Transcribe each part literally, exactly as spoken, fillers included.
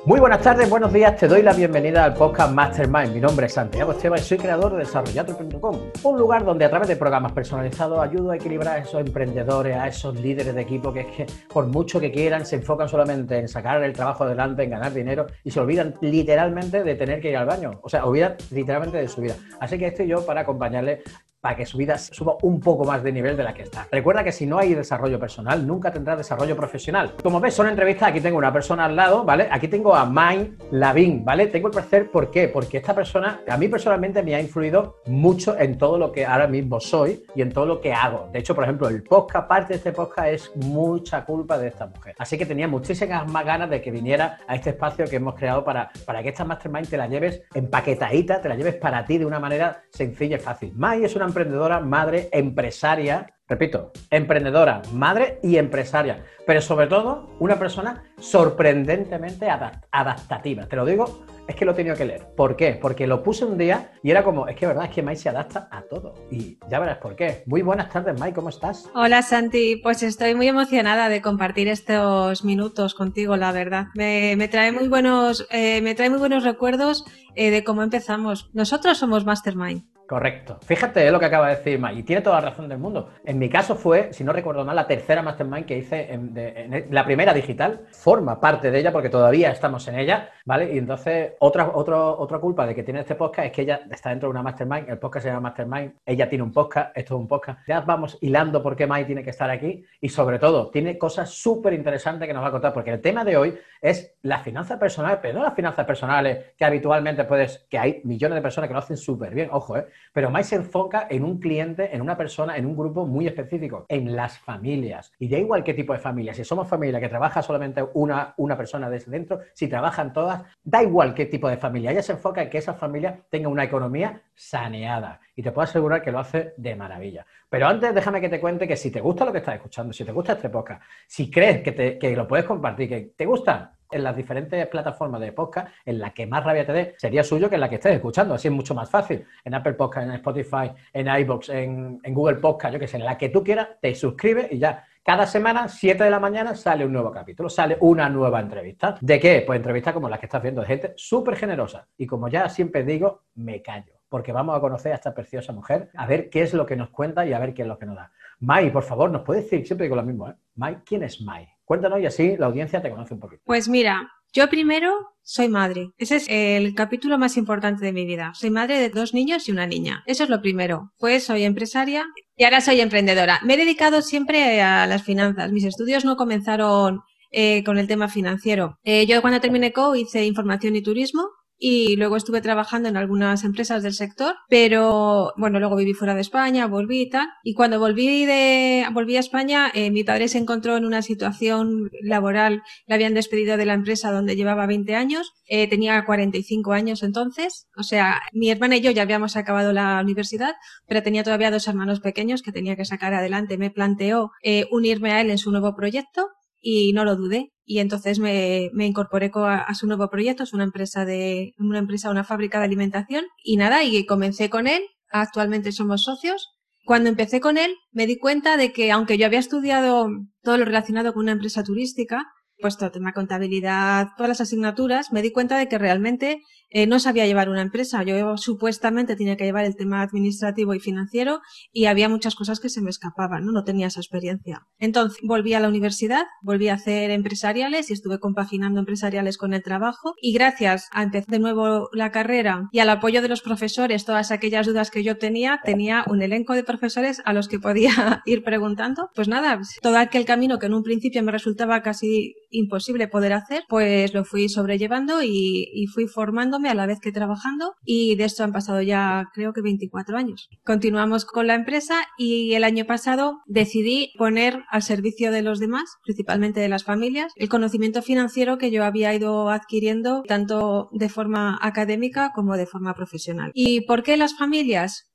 Muy buenas tardes, buenos días, te doy la bienvenida al podcast Mastermind. Mi nombre es Santiago Esteban y soy creador de desarrollatro punto com, un lugar donde a través de programas personalizados ayudo a equilibrar a esos emprendedores, a esos líderes de equipo que es que por mucho que quieran se enfocan solamente en sacar el trabajo adelante, en ganar dinero y se olvidan literalmente de tener que ir al baño, o sea, olvidan literalmente de su vida. Así que estoy yo para acompañarles para que su vida suba un poco más de nivel de la que está. Recuerda que si no hay desarrollo personal, nunca tendrás desarrollo profesional. Como ves, son entrevistas, aquí tengo una persona al lado, ¿vale? Aquí tengo a Mai Lavín, ¿vale? Tengo el placer, ¿por qué? Porque esta persona, a mí personalmente me ha influido mucho en todo lo que ahora mismo soy y en todo lo que hago. De hecho, por ejemplo, el podcast, parte de este podcast es mucha culpa de esta mujer. Así que tenía muchísimas más ganas de que viniera a este espacio que hemos creado para, para que esta Mastermind te la lleves empaquetadita, te la lleves para ti de una manera sencilla y fácil. Mai es una emprendedora, madre, empresaria, repito, emprendedora, madre y empresaria, pero sobre todo una persona sorprendentemente adapt adaptativa. Te lo digo, es que lo he tenido que leer. ¿Por qué? Porque lo puse un día y era como, es que verdad, es que Mai se adapta a todo y ya verás por qué. Muy buenas tardes, Mai, ¿cómo estás? Hola, Santi, pues estoy muy emocionada de compartir estos minutos contigo, la verdad. Me, me trae muy buenos, eh, me trae muy buenos recuerdos eh, de cómo empezamos. Nosotros somos Mastermind. Correcto. Fíjate lo que acaba de decir Mai, y tiene toda la razón del mundo. En mi caso fue, si no recuerdo mal, la tercera Mastermind que hice, en, de, en la primera digital, forma parte de ella porque todavía estamos en ella, ¿vale? Y entonces, otra, otro, otra culpa de que tiene este podcast es que ella está dentro de una Mastermind, el podcast se llama Mastermind, ella tiene un podcast, esto es un podcast. Ya vamos hilando por qué Mai tiene que estar aquí y sobre todo, tiene cosas súper interesantes que nos va a contar, porque el tema de hoy es las finanzas personales, pero no las finanzas personales que habitualmente puedes, que hay millones de personas que lo hacen súper bien, ojo, ¿eh? Pero Mai se enfoca en un cliente, en una persona, en un grupo muy específico, en las familias. Y da igual qué tipo de familia. Si somos familia que trabaja solamente una, una persona desde dentro, si trabajan todas, da igual qué tipo de familia. Ella se enfoca en que esa familia tenga una economía saneada. Y te puedo asegurar que lo hace de maravilla. Pero antes déjame que te cuente que si te gusta lo que estás escuchando, si te gusta este podcast, si crees que, te, que lo puedes compartir, que te gusta en las diferentes plataformas de podcast, en la que más rabia te dé, sería suyo que en la que estés escuchando. Así es mucho más fácil. En Apple Podcast, en Spotify, en iVoox, en, en Google Podcast, yo que sé, en la que tú quieras, te suscribes y ya. Cada semana, siete de la mañana, sale un nuevo capítulo, sale una nueva entrevista. ¿De qué? Pues entrevistas como las que estás viendo, de gente súper generosa. Y como ya siempre digo, me callo, porque vamos a conocer a esta preciosa mujer, a ver qué es lo que nos cuenta y a ver qué es lo que nos da. Mai, por favor, ¿nos puedes decir? Siempre digo lo mismo, ¿eh? Mai, ¿quién es Mai? Cuéntanos y así la audiencia te conoce un poquito. Pues mira, yo primero soy madre. Ese es el capítulo más importante de mi vida. Soy madre de dos niños y una niña. Eso es lo primero. Pues soy empresaria y ahora soy emprendedora. Me he dedicado siempre a las finanzas. Mis estudios no comenzaron eh, con el tema financiero. Eh, yo cuando terminé C O hice información y turismo. Y luego estuve trabajando en algunas empresas del sector, pero bueno, luego viví fuera de España, volví y tal. Y cuando volví de volví a España, eh, mi padre se encontró en una situación laboral, le habían despedido de la empresa donde llevaba veinte años, eh, tenía cuarenta y cinco años entonces, o sea, mi hermana y yo ya habíamos acabado la universidad, pero tenía todavía dos hermanos pequeños que tenía que sacar adelante. Me planteó eh, unirme a él en su nuevo proyecto y no lo dudé. Y entonces me, me incorporé a, a su nuevo proyecto, es una empresa de, una empresa, una fábrica de alimentación. Y nada, y comencé con él. Actualmente somos socios. Cuando empecé con él, me di cuenta de que aunque yo había estudiado todo lo relacionado con una empresa turística, pues todo el tema contabilidad, todas las asignaturas, me di cuenta de que realmente eh, no sabía llevar una empresa. Yo supuestamente tenía que llevar el tema administrativo y financiero y había muchas cosas que se me escapaban, ¿no? No tenía esa experiencia. Entonces volví a la universidad, volví a hacer empresariales y estuve compaginando empresariales con el trabajo y gracias a empezar de nuevo la carrera y al apoyo de los profesores, todas aquellas dudas que yo tenía, tenía un elenco de profesores a los que podía ir preguntando. Pues nada, todo aquel camino que en un principio me resultaba casi imposible poder hacer, pues lo fui sobrellevando y, y fui formándome a la vez que trabajando y de esto han pasado ya creo que veinticuatro años. Continuamos con la empresa y el año pasado decidí poner al servicio de los demás, principalmente de las familias, el conocimiento financiero que yo había ido adquiriendo tanto de forma académica como de forma profesional. ¿Y por qué las familias?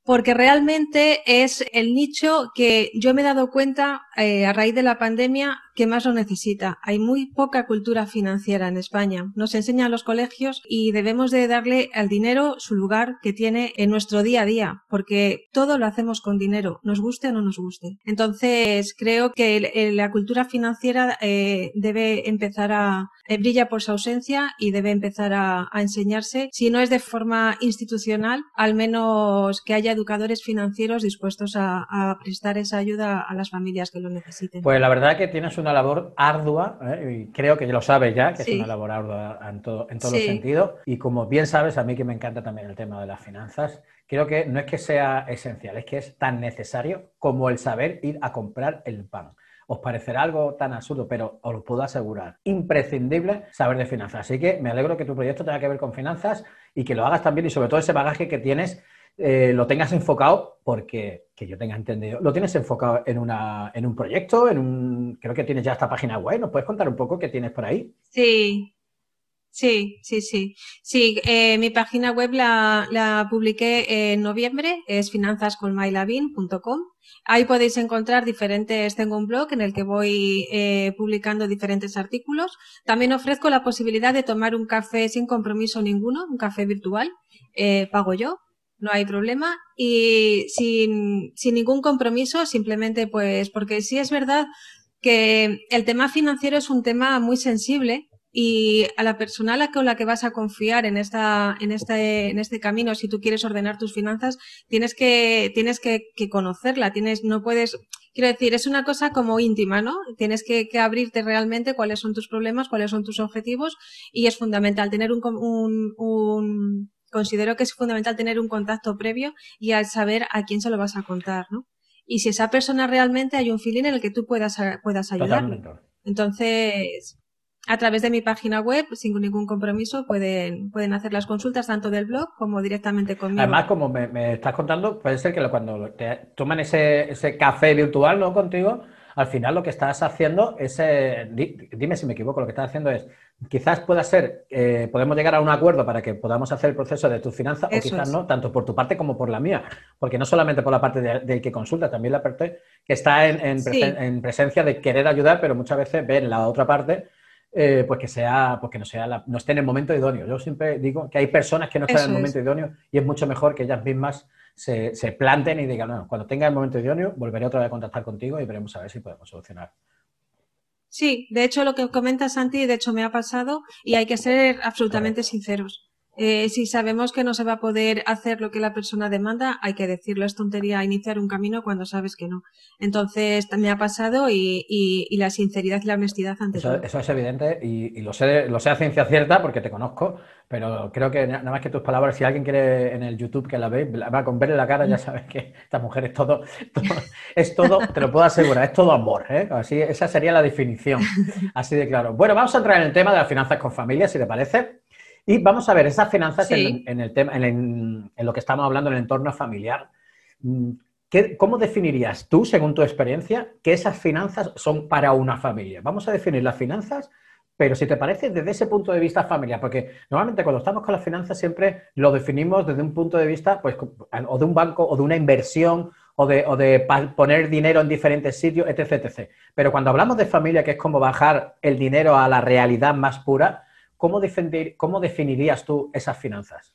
porque realmente es el nicho que yo me he dado cuenta eh, a raíz de la pandemia que más lo necesita. Hay muy poca cultura financiera en España. Nos enseñan los colegios y debemos de darle al dinero su lugar que tiene en nuestro día a día, porque todo lo hacemos con dinero, nos guste o no nos guste. Entonces, creo que el, el, la cultura financiera eh, debe empezar a eh, brilla por su ausencia y debe empezar a, a enseñarse, si no es de forma institucional, al menos que haya educadores financieros dispuestos a, a prestar esa ayuda a las familias que lo necesiten. Pues la verdad que tienes una labor ardua, ¿eh? Y creo que lo sabes ya, que sí. es una labor ardua en, todo, en todos sí. los sentidos. Y como bien sabes, a mí que me encanta también el tema de las finanzas, creo que no es que sea esencial, es que es tan necesario como el saber ir a comprar el pan. Os parecerá algo tan absurdo, pero os lo puedo asegurar, imprescindible saber de finanzas. Así que me alegro que tu proyecto tenga que ver con finanzas y que lo hagas también, y sobre todo ese bagaje que tienes, eh, lo tengas enfocado, porque, que yo tenga entendido, lo tienes enfocado en, una, en un proyecto, en un, creo que tienes ya esta página web. ¿Nos puedes contar un poco qué tienes por ahí? Sí. Sí, sí, sí. Sí, eh, mi página web la, la publiqué en noviembre, es finanzas con mylavin punto com. Ahí podéis encontrar diferentes, tengo un blog en el que voy eh, publicando diferentes artículos. También ofrezco la posibilidad de tomar un café sin compromiso ninguno, un café virtual, eh, pago yo, no hay problema, y sin, sin ningún compromiso, simplemente pues porque sí es verdad que el tema financiero es un tema muy sensible. Y a la persona a la con la que vas a confiar en esta, en este, en este camino, si tú quieres ordenar tus finanzas, tienes que, tienes que, que conocerla, tienes, no puedes, quiero decir, es una cosa como íntima, ¿no? Tienes que, que abrirte realmente cuáles son tus problemas, cuáles son tus objetivos, y es fundamental tener un, un, un considero que es fundamental tener un contacto previo y al saber a quién se lo vas a contar, ¿no? Y si esa persona realmente hay un feeling en el que tú puedas, puedas ayudarle. Totalmente. Entonces, a través de mi página web, sin ningún compromiso, pueden, pueden hacer las consultas tanto del blog como directamente conmigo. Además, como me, me estás contando, puede ser que cuando te toman ese, ese café virtual, ¿no?, contigo, al final lo que estás haciendo es, eh, dime si me equivoco, lo que estás haciendo es, quizás pueda ser, eh, podemos llegar a un acuerdo para que podamos hacer el proceso de tus finanzas, o quizás no, tanto por tu parte como por la mía, porque no solamente por la parte del de que consulta, también la parte que está en, en, sí. presen, en presencia de querer ayudar, pero muchas veces ven la otra parte. Eh, pues que sea, pues que no sea la, no esté en el momento idóneo. Yo siempre digo que hay personas que no están Eso en el momento es. idóneo, y es mucho mejor que ellas mismas se, se planten y digan, no, cuando tenga el momento idóneo volveré otra vez a contactar contigo y veremos a ver si podemos solucionar. Sí, de hecho lo que comentas, Santi, de hecho me ha pasado, y hay que ser absolutamente Correcto. sinceros. Eh, si sabemos que no se va a poder hacer lo que la persona demanda, hay que decirlo. Es tontería iniciar un camino cuando sabes que no. Entonces, me ha pasado y, y, y la sinceridad y la honestidad ante eso, todo. Eso es evidente y, y lo sé, lo sé a ciencia cierta porque te conozco, pero creo que nada más que tus palabras, si alguien quiere en el YouTube que la ve, va con verle la cara, ya sabes que esta mujer es todo, todo es todo, te lo puedo asegurar, es todo amor, ¿eh? Así, esa sería la definición, así de claro. Bueno, vamos a entrar en el tema de las finanzas con familia, si te parece. Y vamos a ver esas finanzas sí. en, en, el tema, en, en, en lo que estamos hablando, en el entorno familiar. ¿Qué, ¿Cómo definirías tú, según tu experiencia, que esas finanzas son para una familia? Vamos a definir las finanzas, pero si te parece, desde ese punto de vista familiar, porque normalmente cuando estamos con las finanzas siempre lo definimos desde un punto de vista, pues, o de un banco, o de una inversión, o de, o de poner dinero en diferentes sitios, etc, etcétera. Pero cuando hablamos de familia, que es como bajar el dinero a la realidad más pura, ¿Cómo, defender, ¿Cómo definirías tú esas finanzas?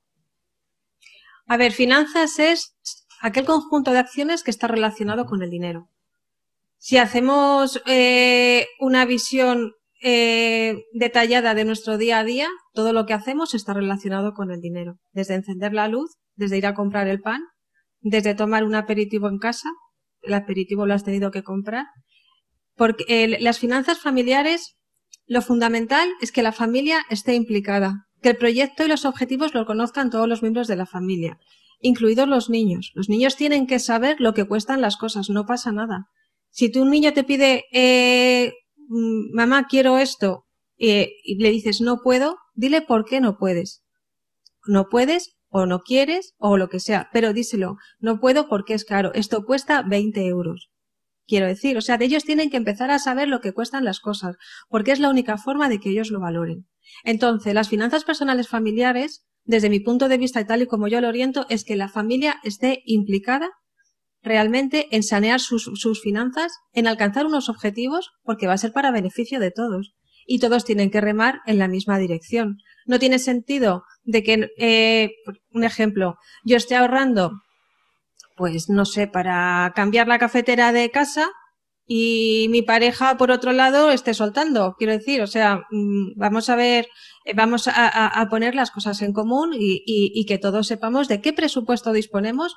A ver, finanzas es aquel conjunto de acciones que está relacionado con el dinero. Si hacemos eh, una visión eh, detallada de nuestro día a día, todo lo que hacemos está relacionado con el dinero. Desde encender la luz, desde ir a comprar el pan, desde tomar un aperitivo en casa, el aperitivo lo has tenido que comprar, porque eh, las finanzas familiares, lo fundamental es que la familia esté implicada, que el proyecto y los objetivos lo conozcan todos los miembros de la familia, incluidos los niños. Los niños tienen que saber lo que cuestan las cosas, no pasa nada. Si tú un niño te pide, eh, mamá, quiero esto, eh, y le dices no puedo, dile por qué no puedes. No puedes, o no quieres, o lo que sea, pero díselo, no puedo porque es caro, esto cuesta veinte euros. Quiero decir, o sea, de ellos tienen que empezar a saber lo que cuestan las cosas, porque es la única forma de que ellos lo valoren. Entonces, las finanzas personales familiares desde mi punto de vista y tal y como yo lo oriento, es que la familia esté implicada realmente en sanear sus, sus finanzas, en alcanzar unos objetivos, porque va a ser para beneficio de todos. Y todos tienen que remar en la misma dirección. No tiene sentido de que, eh, un ejemplo, yo esté ahorrando, pues no sé, para cambiar la cafetera de casa y mi pareja, por otro lado, esté soltando. Quiero decir, o sea, vamos a ver, vamos a, a, a poner las cosas en común y, y, y que todos sepamos de qué presupuesto disponemos.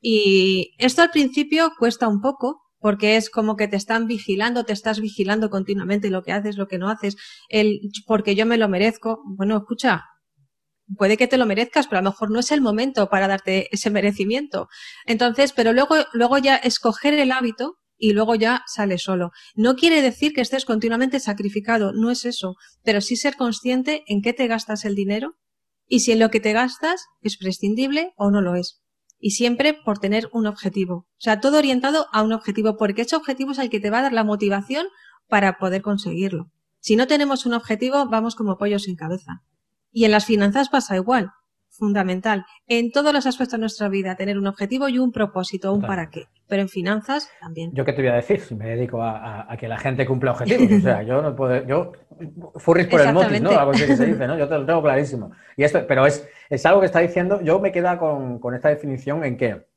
Y esto al principio cuesta un poco, porque es como que te están vigilando, te estás vigilando continuamente lo que haces, lo que no haces, el porque yo me lo merezco. Bueno, escucha, puede que te lo merezcas, pero a lo mejor no es el momento para darte ese merecimiento. Entonces, pero luego, luego ya escoger el hábito y luego ya sale solo. No quiere decir que estés continuamente sacrificado, no es eso, pero sí ser consciente en qué te gastas el dinero y si en lo que te gastas es prescindible o no lo es. Y siempre por tener un objetivo. O sea, todo orientado a un objetivo, porque ese objetivo es el que te va a dar la motivación para poder conseguirlo. Si no tenemos un objetivo, vamos como pollos sin cabeza. Y en las finanzas pasa igual. Fundamental. En todos los aspectos de nuestra vida, tener un objetivo y un propósito, un para qué. Pero en finanzas también. ¿Yo qué te voy a decir? Si me dedico a, a, a que la gente cumpla objetivos. O sea, yo no puedo... Yo, furris por el motis, ¿no? Algo así que se dice, ¿no? Yo te lo tengo clarísimo. Y esto, pero es, es algo que está diciendo... Yo me quedo con, con esta definición en que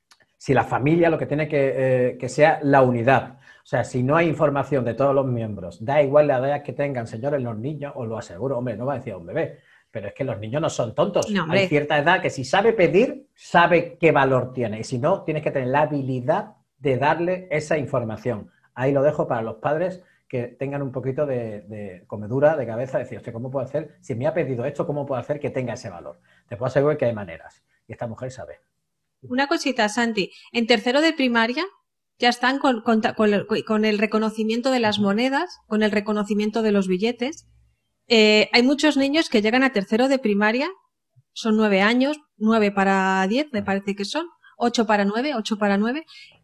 si la familia lo que tiene que, eh, que sea la unidad. O sea, si no hay información de todos los miembros, da igual la edad que tengan, señores, los niños, os lo aseguro, hombre, no va a decir a un bebé, pero es que los niños no son tontos. No, hay cierta edad que si sabe pedir, sabe qué valor tiene. Y si no, tienes que tener la habilidad de darle esa información. Ahí lo dejo para los padres que tengan un poquito de, de comedura de cabeza, decir, hostia, ¿cómo puedo hacer? Si me ha pedido esto, ¿cómo puedo hacer que tenga ese valor? Te puedo asegurar que hay maneras. Y esta mujer sabe. Una cosita, Santi. En tercero de primaria ya están con, con, con, con el reconocimiento de las monedas, con el reconocimiento de los billetes. Eh, hay muchos niños que llegan a tercero de primaria, son nueve años, nueve para diez, me parece que son, ocho para nueve, ocho para nueve,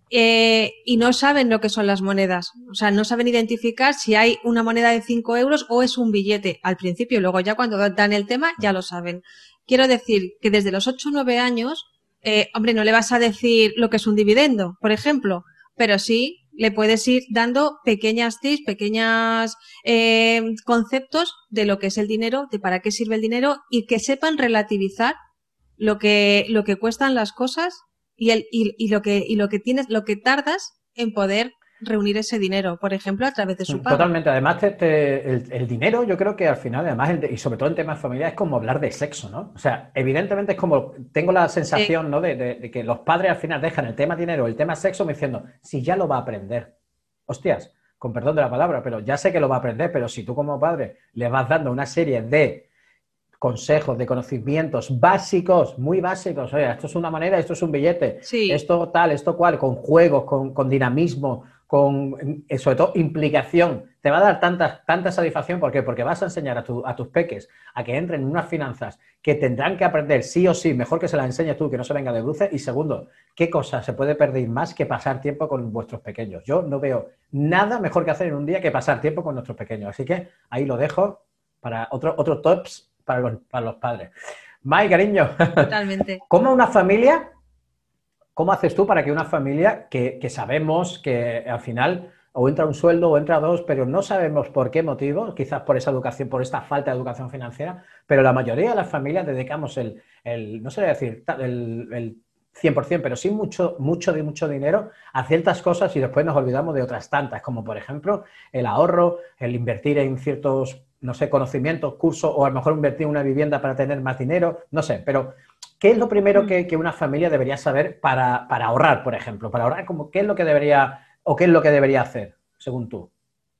eh, y no saben lo que son las monedas. O sea, no saben identificar si hay una moneda de cinco euros o es un billete al principio. Luego ya cuando dan el tema ya lo saben. Quiero decir que desde los ocho o nueve años, eh, hombre, no le vas a decir lo que es un dividendo, por ejemplo, pero sí le puedes ir dando pequeñas tips, pequeñas eh, conceptos de lo que es el dinero, de para qué sirve el dinero y que sepan relativizar lo que, lo que cuestan las cosas y, el, y, y lo que, y lo que tienes, lo que tardas en poder reunir ese dinero, por ejemplo, a través de su pago. Totalmente. Además, te, te, el, el dinero, yo creo que al final, además, el, y sobre todo en temas familiares, es como hablar de sexo, ¿no? O sea, evidentemente es como, tengo la sensación, sí, ¿no? De, de, de que los padres al final dejan el tema dinero, el tema sexo, me diciendo, si ya lo va a aprender. Hostias, con perdón de la palabra, pero ya sé que lo va a aprender, pero si tú como padre le vas dando una serie de consejos, de conocimientos básicos, muy básicos, oye, esto es una moneda, esto es un billete, sí, esto tal, esto cual, con juegos, con, con dinamismo, con, sobre todo, implicación, te va a dar tanta, tanta satisfacción. ¿Por qué? Porque vas a enseñar a, tu, a tus peques a que entren en unas finanzas que tendrán que aprender sí o sí, mejor que se las enseñes tú, que no se venga de bruces. Y segundo, ¿qué cosa se puede perder más que pasar tiempo con vuestros pequeños? Yo no veo nada mejor que hacer en un día que pasar tiempo con nuestros pequeños. Así que ahí lo dejo para otro, otro tops para los, para los padres. May, cariño. Totalmente. ¿Cómo una familia... ¿Cómo haces tú para que una familia que, que sabemos que al final o entra un sueldo o entra dos, pero no sabemos por qué motivo, quizás por esa educación, por esta falta de educación financiera, pero la mayoría de las familias dedicamos el, el no sé decir, el, el cien por ciento, pero sí mucho, mucho, mucho dinero a ciertas cosas y después nos olvidamos de otras tantas, como por ejemplo el ahorro, el invertir en ciertos, no sé, conocimientos, cursos, o a lo mejor invertir en una vivienda para tener más dinero, no sé, pero... ¿Qué es lo primero que, que una familia debería saber para, para ahorrar, por ejemplo? Para ahorrar, como, ¿qué es lo que debería o qué es lo que debería hacer, según tú?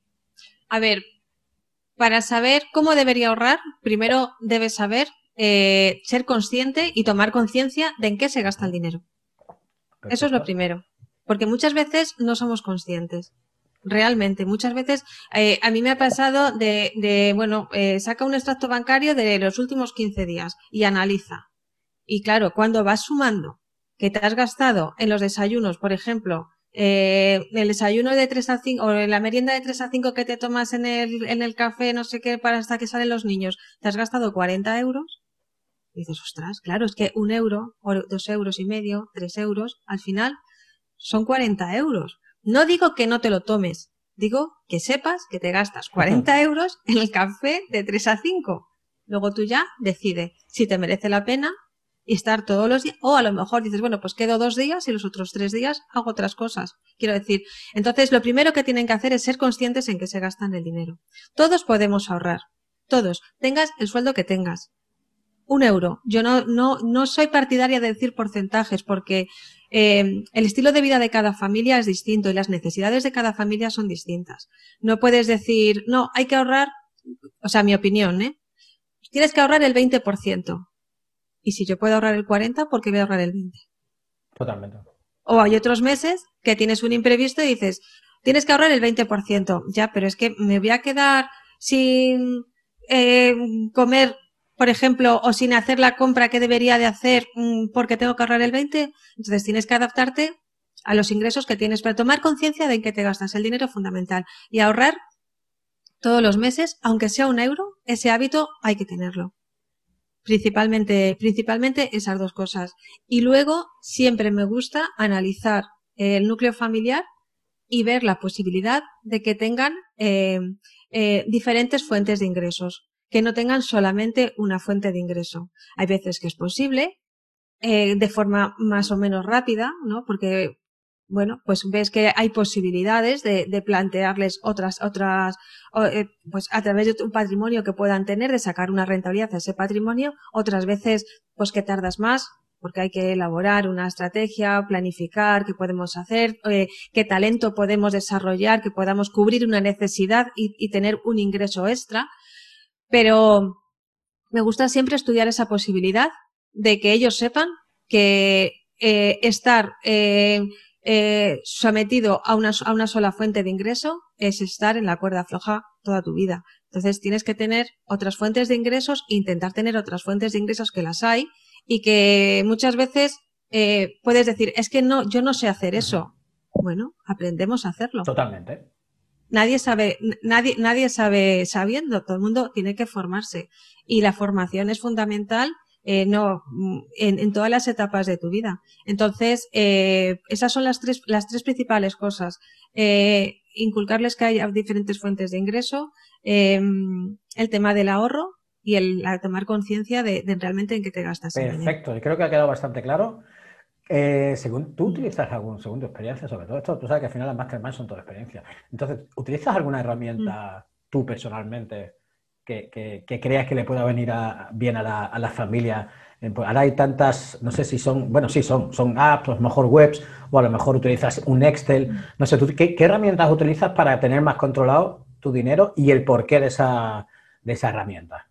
A ver, para saber cómo debería ahorrar, primero debes saber eh, ser consciente y tomar conciencia de en qué se gasta el dinero. Perfecto. Eso es lo primero. Porque muchas veces no somos conscientes. Realmente, muchas veces eh, a mí me ha pasado de, de bueno, eh, saca un extracto bancario de los últimos quince días y analiza. Y claro, cuando vas sumando que te has gastado en los desayunos, por ejemplo, eh, el desayuno de tres a cinco o la merienda de tres a cinco que te tomas en el, en el café, no sé qué, para hasta que salen los niños, te has gastado cuarenta euros, Y dices, ostras, claro, es que un euro, o dos euros y medio, tres euros, al final son cuarenta euros. No digo que no te lo tomes, digo que sepas que te gastas cuarenta euros en el café de tres a cinco. Luego tú ya decides si te merece la pena y estar todos los días, o a lo mejor dices, bueno, pues quedo dos días y los otros tres días hago otras cosas. Quiero decir, entonces lo primero que tienen que hacer es ser conscientes en que se gastan el dinero. Todos podemos ahorrar, todos, tengas el sueldo que tengas. Un euro. Yo no, no, no soy partidaria de decir porcentajes porque eh, el estilo de vida de cada familia es distinto y las necesidades de cada familia son distintas. No puedes decir, no, hay que ahorrar, o sea, mi opinión, ¿eh? Tienes que ahorrar el veinte por ciento. Y si yo puedo ahorrar el cuarenta por ciento, ¿por qué voy a ahorrar el veinte por ciento? Totalmente. O hay otros meses que tienes un imprevisto y dices, tienes que ahorrar el veinte por ciento. Ya, pero es que me voy a quedar sin eh, comer, por ejemplo, o sin hacer la compra que debería de hacer porque tengo que ahorrar el veinte por ciento. Entonces tienes que adaptarte a los ingresos que tienes para tomar conciencia de en qué te gastas el dinero fundamental y ahorrar todos los meses, aunque sea un euro, ese hábito hay que tenerlo. Principalmente, principalmente esas dos cosas. Y luego siempre me gusta analizar el núcleo familiar y ver la posibilidad de que tengan eh, eh, diferentes fuentes de ingresos, que no tengan solamente una fuente de ingreso. Hay veces que es posible, eh, de forma más o menos rápida, ¿no? Porque, bueno, pues ves que hay posibilidades de, de plantearles otras, otras, eh, pues a través de un patrimonio que puedan tener, de sacar una rentabilidad a ese patrimonio. Otras veces, pues que tardas más, porque hay que elaborar una estrategia, planificar qué podemos hacer, eh, qué talento podemos desarrollar, que podamos cubrir una necesidad y, y tener un ingreso extra. Pero me gusta siempre estudiar esa posibilidad de que ellos sepan que eh, estar eh, eh, sometido a una, a una sola fuente de ingreso es estar en la cuerda floja toda tu vida. Entonces tienes que tener otras fuentes de ingresos, intentar tener otras fuentes de ingresos que las hay y que muchas veces eh, puedes decir, es que no, yo no sé hacer eso. Bueno, aprendemos a hacerlo. Totalmente. Nadie sabe, nadie, nadie sabe sabiendo, todo el mundo tiene que formarse. Y la formación es fundamental, eh, no, en, en todas las etapas de tu vida. Entonces, eh, esas son las tres, las tres principales cosas. Eh, inculcarles que hay diferentes fuentes de ingreso, eh, el tema del ahorro y el, el tomar conciencia de, de realmente en qué te gastas el dinero. Perfecto, y creo que ha quedado bastante claro. Eh, según, ¿tú utilizas algún, según tu experiencia sobre todo esto? Tú sabes que al final las masterminds son toda experiencia. Entonces, ¿utilizas alguna herramienta mm. tú personalmente que, que, que creas que le pueda venir a, bien a la, a la familia? Eh, pues ahora hay tantas, no sé si son, bueno, sí, son, son apps, o a lo mejor webs, o a lo mejor utilizas un Excel. No sé, ¿tú, qué, qué herramientas utilizas para tener más controlado tu dinero y el porqué de esa, de esa herramienta?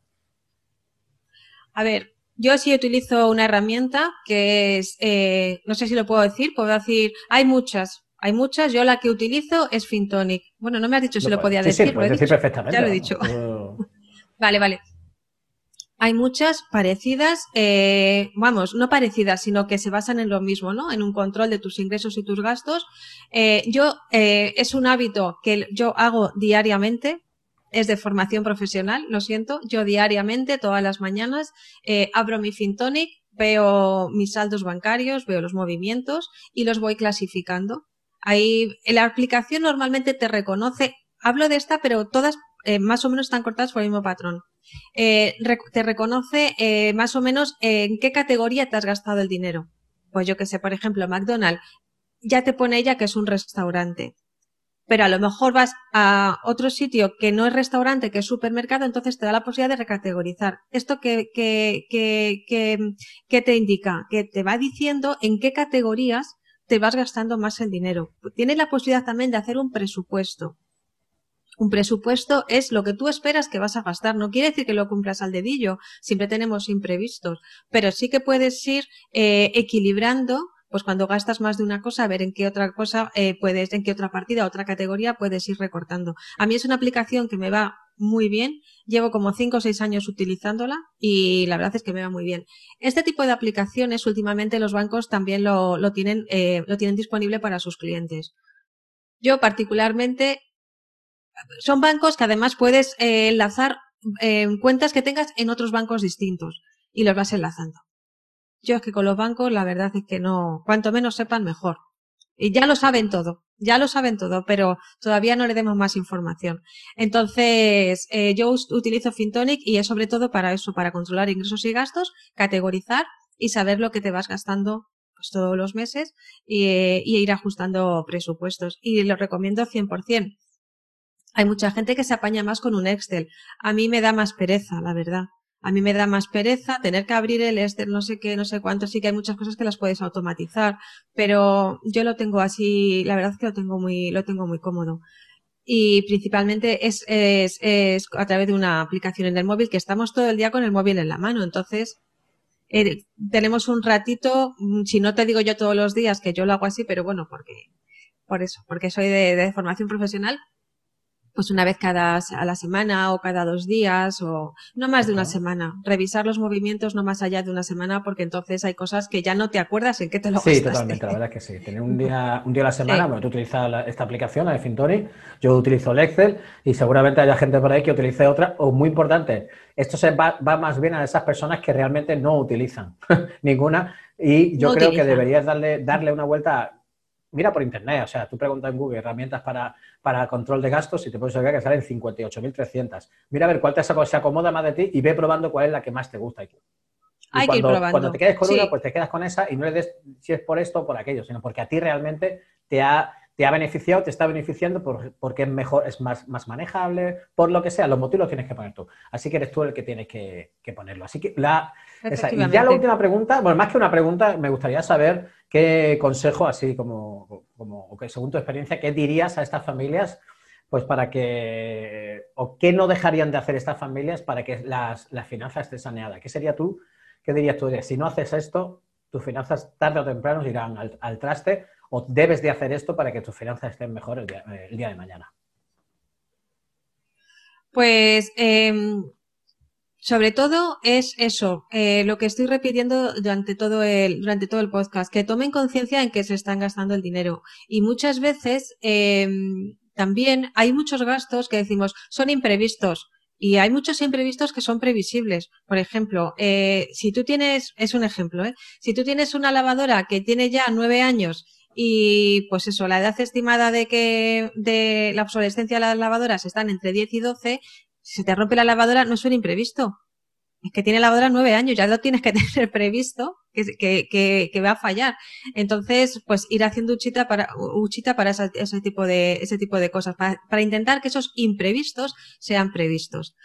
A ver, yo sí utilizo una herramienta que es, eh, no sé si lo puedo decir, puedo decir, hay muchas, hay muchas, yo la que utilizo es Fintonic. Bueno, no me has dicho si lo, lo podía sí, decir. Sí, puedes decir dicho? perfectamente. Ya lo he vamos, dicho. Pero... Vale, vale. Hay muchas parecidas, eh, vamos, no parecidas, sino que se basan en lo mismo, ¿no? En un control de tus ingresos y tus gastos. Eh, yo, eh, es un hábito que yo hago diariamente. Es de formación profesional, lo siento. Yo diariamente, todas las mañanas, eh, abro mi Fintonic, veo mis saldos bancarios, veo los movimientos y los voy clasificando. Ahí, la aplicación normalmente te reconoce, hablo de esta, pero todas eh, más o menos están cortadas por el mismo patrón. Eh, rec- te reconoce eh, más o menos eh, en qué categoría te has gastado el dinero. Pues yo que sé, por ejemplo, McDonald's, ya te pone ella que es un restaurante. Pero a lo mejor vas a otro sitio que no es restaurante, que es supermercado, entonces te da la posibilidad de recategorizar. ¿Esto que, que, que, que, que te indica? Que te va diciendo en qué categorías te vas gastando más el dinero. Tienes la posibilidad también de hacer un presupuesto. Un presupuesto es lo que tú esperas que vas a gastar. No quiere decir que lo cumplas al dedillo. Siempre tenemos imprevistos. Pero sí que puedes ir eh, equilibrando. Pues cuando gastas más de una cosa, a ver en qué otra cosa eh, puedes, en qué otra partida, otra categoría puedes ir recortando. A mí es una aplicación que me va muy bien. Llevo como cinco o seis años utilizándola y la verdad es que me va muy bien. Este tipo de aplicaciones últimamente los bancos también lo, lo tienen, eh, lo tienen disponible para sus clientes. Yo particularmente, son bancos que además puedes eh, enlazar eh, cuentas que tengas en otros bancos distintos. y los vas enlazando. Yo es que con los bancos la verdad es que no, cuanto menos sepan mejor. Y ya lo saben todo, ya lo saben todo, pero todavía no le demos más información. Entonces, eh, yo utilizo Fintonic y es sobre todo para eso, para controlar ingresos y gastos, categorizar y saber lo que te vas gastando pues todos los meses y, eh, y ir ajustando presupuestos. Y lo recomiendo cien por ciento. Hay mucha gente que se apaña más con un Excel. A mí me da más pereza, la verdad. A mí me da más pereza tener que abrir el Excel, no sé qué, no sé cuánto. Sí que hay muchas cosas que las puedes automatizar, pero yo lo tengo así, la verdad es que lo tengo muy, lo tengo muy cómodo. Y principalmente es, es, es a través de una aplicación en el móvil, que estamos todo el día con el móvil en la mano. Entonces, eh, tenemos un ratito, si no te digo yo todos los días, que yo lo hago así, pero bueno, porque, por eso, porque soy de, de formación profesional, pues una vez cada a la semana o cada dos días o no más de una semana. Revisar los movimientos no más allá de una semana, porque entonces hay cosas que ya no te acuerdas en qué te lo gastaste. Sí, totalmente, la verdad es que sí. Tener un día, un día a la semana, sí. Bueno, tú utilizas la, esta aplicación, la de Fintonic, yo utilizo el Excel y seguramente haya gente por ahí que utilice otra, o muy importante, esto se va, va más bien a esas personas que realmente no utilizan ninguna y yo no creo utilizan. que deberías darle, darle una vuelta a, mira por internet, o sea, tú preguntas en Google herramientas para, para control de gastos y te puedes ver que salen cincuenta y ocho mil trescientas. Mira a ver cuál te se acomoda más de ti y ve probando cuál es la que más te gusta. Y Hay cuando, que ir probando. Cuando te quedes con sí. una, pues te quedas con esa y no le des si es por esto o por aquello, sino porque a ti realmente te ha, te ha beneficiado, te está beneficiando por, porque es mejor, es más, más manejable, por lo que sea, los motivos los tienes que poner tú. Así que eres tú el que tienes que, que ponerlo. Así que la, esa, y ya la última pregunta, bueno, más que una pregunta, me gustaría saber qué consejo, así como, como o que según tu experiencia, qué dirías a estas familias, pues para que, o qué no dejarían de hacer estas familias para que las, las finanzas estén saneadas. ¿Qué sería tú? ¿Qué dirías tú? Si no haces esto, tus finanzas tarde o temprano irán al, al traste, o debes de hacer esto para que tus finanzas estén mejor el día, el día de mañana. Pues eh, sobre todo es eso, eh, lo que estoy repitiendo durante todo el durante todo el podcast, que tomen conciencia en que se están gastando el dinero. Y muchas veces eh, también hay muchos gastos que decimos son imprevistos. Y hay muchos imprevistos que son previsibles. Por ejemplo, eh, si tú tienes, es un ejemplo, ¿eh? Si tú tienes una lavadora que tiene ya nueve años y, pues eso, la edad estimada de que, de la obsolescencia de las lavadoras están entre diez y doce, si se te rompe la lavadora no es un imprevisto. Es que tiene la lavadora nueve años, ya lo tienes que tener previsto que, que, que, que va a fallar. Entonces, pues ir haciendo huchita para, huchita para esa, ese tipo de, ese tipo de cosas, para, para intentar que esos imprevistos sean previstos.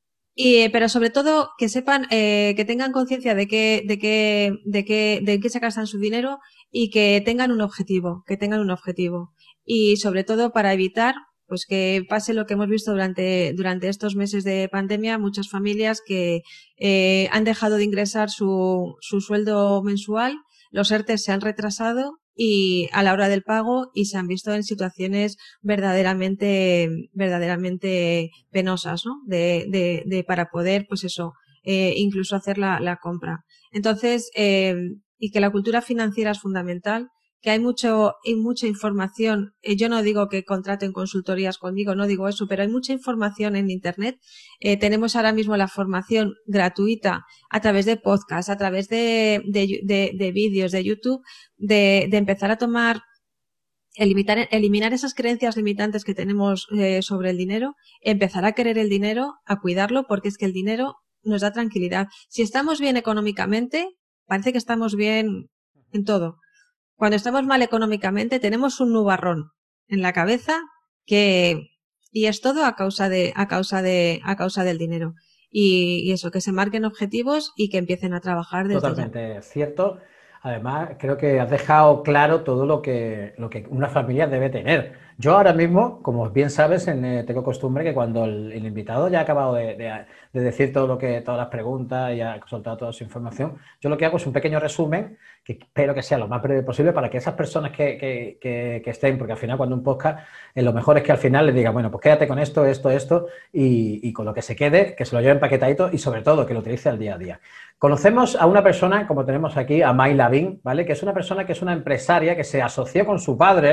Y, pero sobre todo que sepan, eh, que tengan conciencia de que, de que, de que, de que se gastan su dinero y que tengan un objetivo, que tengan un objetivo. Y sobre todo para evitar pues que pase lo que hemos visto durante, durante estos meses de pandemia, muchas familias que eh, han dejado de ingresar su, su sueldo mensual, los ERTE se han retrasado y a la hora del pago y se han visto en situaciones verdaderamente, verdaderamente penosas, ¿no? De, de, de para poder, pues eso, eh, incluso hacer la, la compra. Entonces, eh, y que la cultura financiera es fundamental, que hay mucho, hay mucha información. Eh, yo no digo que contraten consultorías conmigo, no digo eso, pero hay mucha información en Internet. Eh, tenemos ahora mismo la formación gratuita a través de podcasts, a través de, de, de, de vídeos de YouTube, de, de empezar a tomar, eliminar, eliminar esas creencias limitantes que tenemos eh, sobre el dinero, empezar a querer el dinero, a cuidarlo, porque es que el dinero nos da tranquilidad. Si estamos bien económicamente, parece que estamos bien en todo. Cuando estamos mal económicamente tenemos un nubarrón en la cabeza que, y es todo a causa de, a causa de, a causa del dinero. Y, y eso, que se marquen objetivos y que empiecen a trabajar desde Totalmente ya. cierto. Además, creo que has dejado claro todo lo que, lo que una familia debe tener. Yo ahora mismo, como bien sabes, en, eh, tengo costumbre que cuando el, el invitado ya ha acabado de, de, de decir todo lo que, todas las preguntas y ha soltado toda su información, yo lo que hago es un pequeño resumen que espero que sea lo más breve posible para que esas personas que, que, que, que estén, porque al final cuando un podcast, eh, lo mejor es que al final les diga, bueno, pues quédate con esto, esto, esto y, y con lo que se quede, que se lo lleve empaquetadito y sobre todo que lo utilice al día a día. Conocemos a una persona, como tenemos aquí, a May Lavín, ¿vale? Que es una persona que es una empresaria que se asoció con su padre,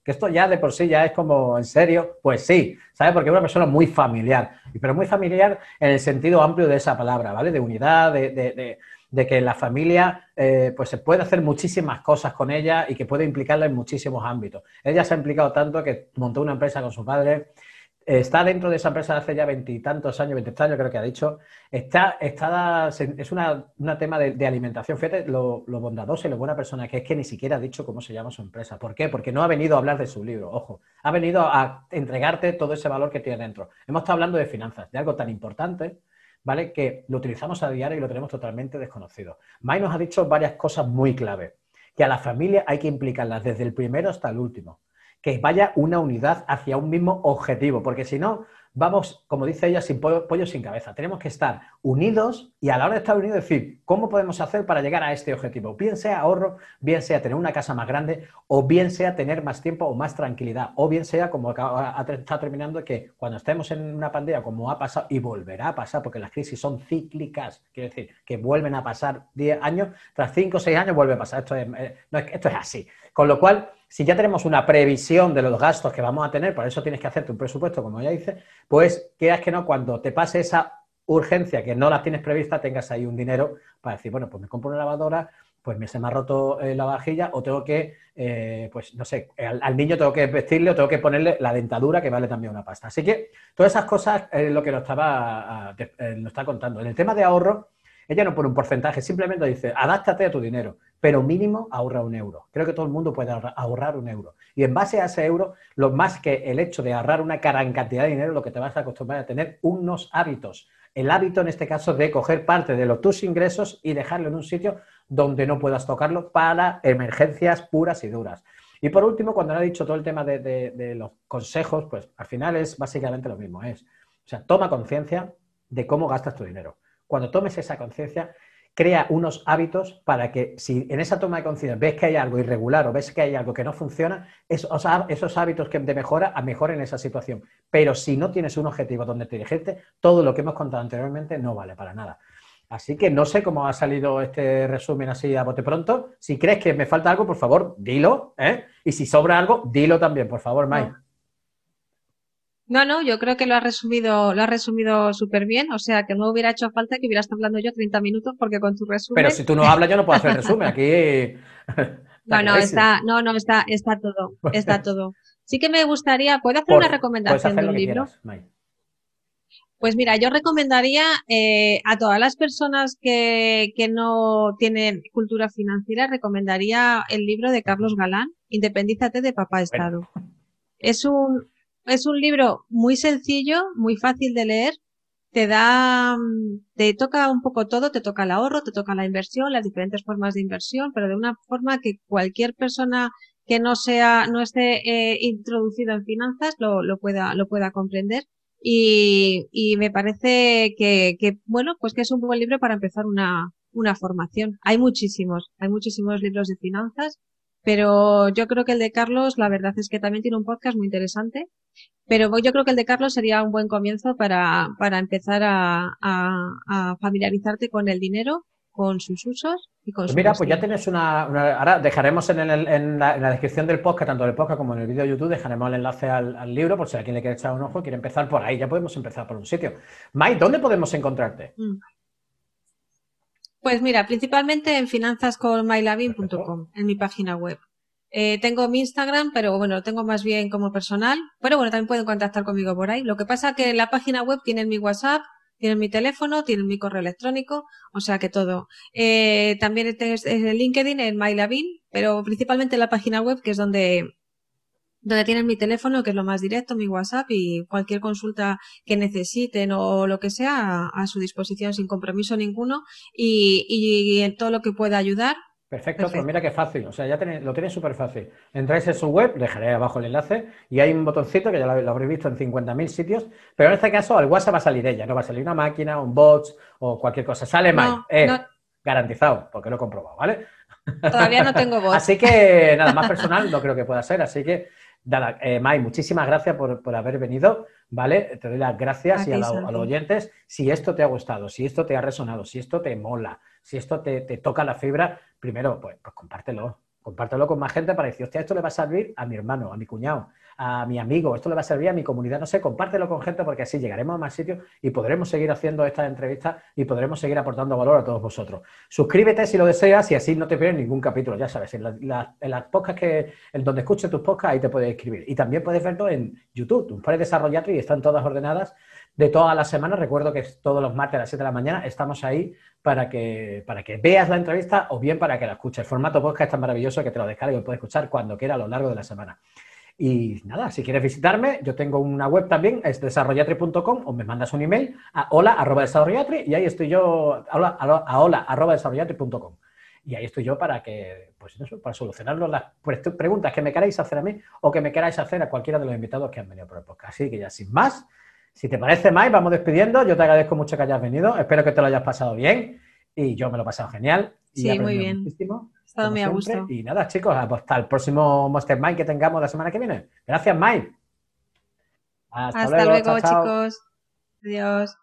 Que esto ya de por sí ya es como, ¿en serio? Pues sí, ¿sabes? Porque es una persona muy familiar, pero muy familiar en el sentido amplio de esa palabra, ¿vale? De unidad, de, de, de, de que la familia, eh, pues se puede hacer muchísimas cosas con ella y que puede implicarla en muchísimos ámbitos. Ella se ha implicado tanto que montó una empresa con su padre. Está dentro de esa empresa hace ya veintitantos años, veintitrés años creo que ha dicho. Está, está, es una, una tema de, de alimentación. Fíjate lo, lo bondadosa y lo buena persona que es, que ni siquiera ha dicho cómo se llama su empresa. ¿Por qué? Porque no ha venido a hablar de su libro, ojo. Ha venido a entregarte todo ese valor que tiene dentro. Hemos estado hablando de finanzas, de algo tan importante, ¿vale? Que lo utilizamos a diario y lo tenemos totalmente desconocido. Mai nos ha dicho varias cosas muy clave. Que a la familia hay que implicarlas desde el primero hasta el último. Que vaya una unidad hacia un mismo objetivo, porque si no, vamos, como dice ella, sin pollo, pollo sin cabeza. Tenemos que estar unidos y a la hora de estar unidos decir, ¿cómo podemos hacer para llegar a este objetivo? Bien sea ahorro, bien sea tener una casa más grande, o bien sea tener más tiempo o más tranquilidad, o bien sea, como acaba, está terminando, que cuando estemos en una pandemia, como ha pasado y volverá a pasar, porque las crisis son cíclicas, quiero decir, que vuelven a pasar diez años, tras cinco o seis años vuelve a pasar. Esto es, no, esto es así. Con lo cual, si ya tenemos una previsión de los gastos que vamos a tener, por eso tienes que hacerte un presupuesto, como ya dice, pues quieras que no, cuando te pase esa urgencia que no la tienes prevista, tengas ahí un dinero para decir, bueno, pues me compro una lavadora, pues me se me ha roto eh, la vajilla o tengo que, eh, pues no sé, al, al niño tengo que vestirle o tengo que ponerle la dentadura, que vale también una pasta. Así que todas esas cosas es lo que nos estaba, eh, nos está contando. En el tema de ahorro, ella no pone un porcentaje, simplemente dice, adáptate a tu dinero, pero mínimo ahorra un euro. Creo que todo el mundo puede ahorrar un euro. Y en base a ese euro, lo más que el hecho de ahorrar una gran cantidad de dinero, lo que te vas a acostumbrar a tener unos hábitos. El hábito, en este caso, de coger parte de los, tus ingresos y dejarlo en un sitio donde no puedas tocarlo para emergencias puras y duras. Y por último, cuando le ha dicho todo el tema de, de, de los consejos, pues al final es básicamente lo mismo. Es, o sea, toma conciencia de cómo gastas tu dinero. Cuando tomes esa conciencia, crea unos hábitos para que si en esa toma de conciencia ves que hay algo irregular o ves que hay algo que no funciona, esos, esos hábitos que te mejora, mejoren esa situación. Pero si no tienes un objetivo donde te dirigirte, todo lo que hemos contado anteriormente no vale para nada. Así que no sé cómo ha salido este resumen así a bote pronto. Si crees que me falta algo, por favor, dilo, ¿eh? Y si sobra algo, dilo también, por favor, Mai. No. No, no, yo creo que lo has resumido, lo has resumido súper bien, o sea que no hubiera hecho falta que hubiera estado hablando yo treinta minutos porque con tu resumen. Pero si tú no hablas, yo no puedo hacer el resumen, aquí. No, no, está, no, no, está, está todo, está todo. Sí que me gustaría, ¿puedo hacer Por, una recomendación de un libro? Quieras, Mai. Pues mira, yo recomendaría eh, a todas las personas que, que no tienen cultura financiera, recomendaría el libro de Carlos Galán, Independízate de Papá Estado. Bueno. Es un, es un libro muy sencillo, muy fácil de leer, te da, te toca un poco todo, te toca el ahorro, te toca la inversión, las diferentes formas de inversión, pero de una forma que cualquier persona que no sea, no esté eh, introducido en finanzas lo, lo pueda, lo pueda comprender. Y, y me parece que, que, bueno, pues que es un buen libro para empezar una, una formación. Hay muchísimos, hay muchísimos libros de finanzas, pero yo creo que el de Carlos, la verdad es que también tiene un podcast muy interesante, pero yo creo que el de Carlos sería un buen comienzo para, para empezar a, a, a familiarizarte con el dinero, con sus usos y con pues su mira, gestión. Pues ya tienes una, una... Ahora dejaremos en, el, en, la, en la descripción del podcast, tanto del podcast como en el vídeo de YouTube, dejaremos el enlace al, al libro, por si alguien le quiere echar un ojo y quiere empezar por ahí. Ya podemos empezar por un sitio. Mai, ¿dónde podemos encontrarte? Mm. Pues mira, principalmente en finanzas con mailavin punto com, en mi página web. Eh, tengo mi Instagram, pero bueno, lo tengo más bien como personal. Pero bueno, también pueden contactar conmigo por ahí. Lo que pasa es que en la página web tienen mi WhatsApp, tienen mi teléfono, tienen mi correo electrónico, o sea que todo. Eh, también es en LinkedIn, en mailavin, pero principalmente en la página web, que es donde, donde tienen mi teléfono, que es lo más directo, mi WhatsApp, y cualquier consulta que necesiten o lo que sea, a, a su disposición sin compromiso ninguno, y, y en todo lo que pueda ayudar. Perfecto, Perfecto, pues mira qué fácil, o sea, ya tenéis, lo tenéis súper fácil. Entráis en su web, dejaré abajo el enlace, y hay un botoncito que ya lo, lo habréis visto en cincuenta mil sitios, pero en este caso al WhatsApp va a salir ella, no va a salir una máquina, un bot o cualquier cosa. Sale Mai, no, eh, no. garantizado, porque lo he comprobado, ¿vale? Todavía no tengo bot. Así que nada más personal no creo que pueda ser, así que nada, eh, Mai, muchísimas gracias por, por haber venido, ¿vale? Te doy las gracias a y a, la, a los oyentes. Si esto te ha gustado, si esto te ha resonado, si esto te mola, si esto te, te toca la fibra, primero, pues, pues compártelo, compártelo con más gente para decir, hostia, esto le va a servir a mi hermano, a mi cuñado, a mi amigo, esto le va a servir a mi comunidad, no sé, compártelo con gente porque así llegaremos a más sitios y podremos seguir haciendo estas entrevistas y podremos seguir aportando valor a todos vosotros. Suscríbete si lo deseas y así no te pierdes ningún capítulo, ya sabes, en, la, la, en las podcasts que, en donde escuches tus podcasts, ahí te puedes inscribir. Y también puedes verlo en YouTube, Tumfares Desarrollate, y están todas ordenadas de todas las semanas. Recuerdo que es todos los martes a las siete de la mañana estamos ahí para que, para que veas la entrevista o bien para que la escuches. El formato podcast es tan maravilloso que te lo descargas y lo puedes escuchar cuando quieras a lo largo de la semana. Y nada, si quieres visitarme, yo tengo una web también, es desarrollatri punto com, o me mandas un email a hola arroba desarrollatri y ahí estoy yo, a hola, a hola arroba desarrollatri punto com. Y ahí estoy yo para que, pues eso, para solucionar las preguntas que me queráis hacer a mí o que me queráis hacer a cualquiera de los invitados que han venido por el podcast. Así que ya sin más, si te parece, Mai, vamos despidiendo. Yo te agradezco mucho que hayas venido. Espero que te lo hayas pasado bien. Y yo me lo he pasado genial. Y sí, muy bien. Muchísimo, he estado muy a gusto. Y nada, chicos, hasta el próximo Mastermind que tengamos la semana que viene. Gracias, Mai. Hasta, hasta luego, luego chao, chao. Chicos. Adiós.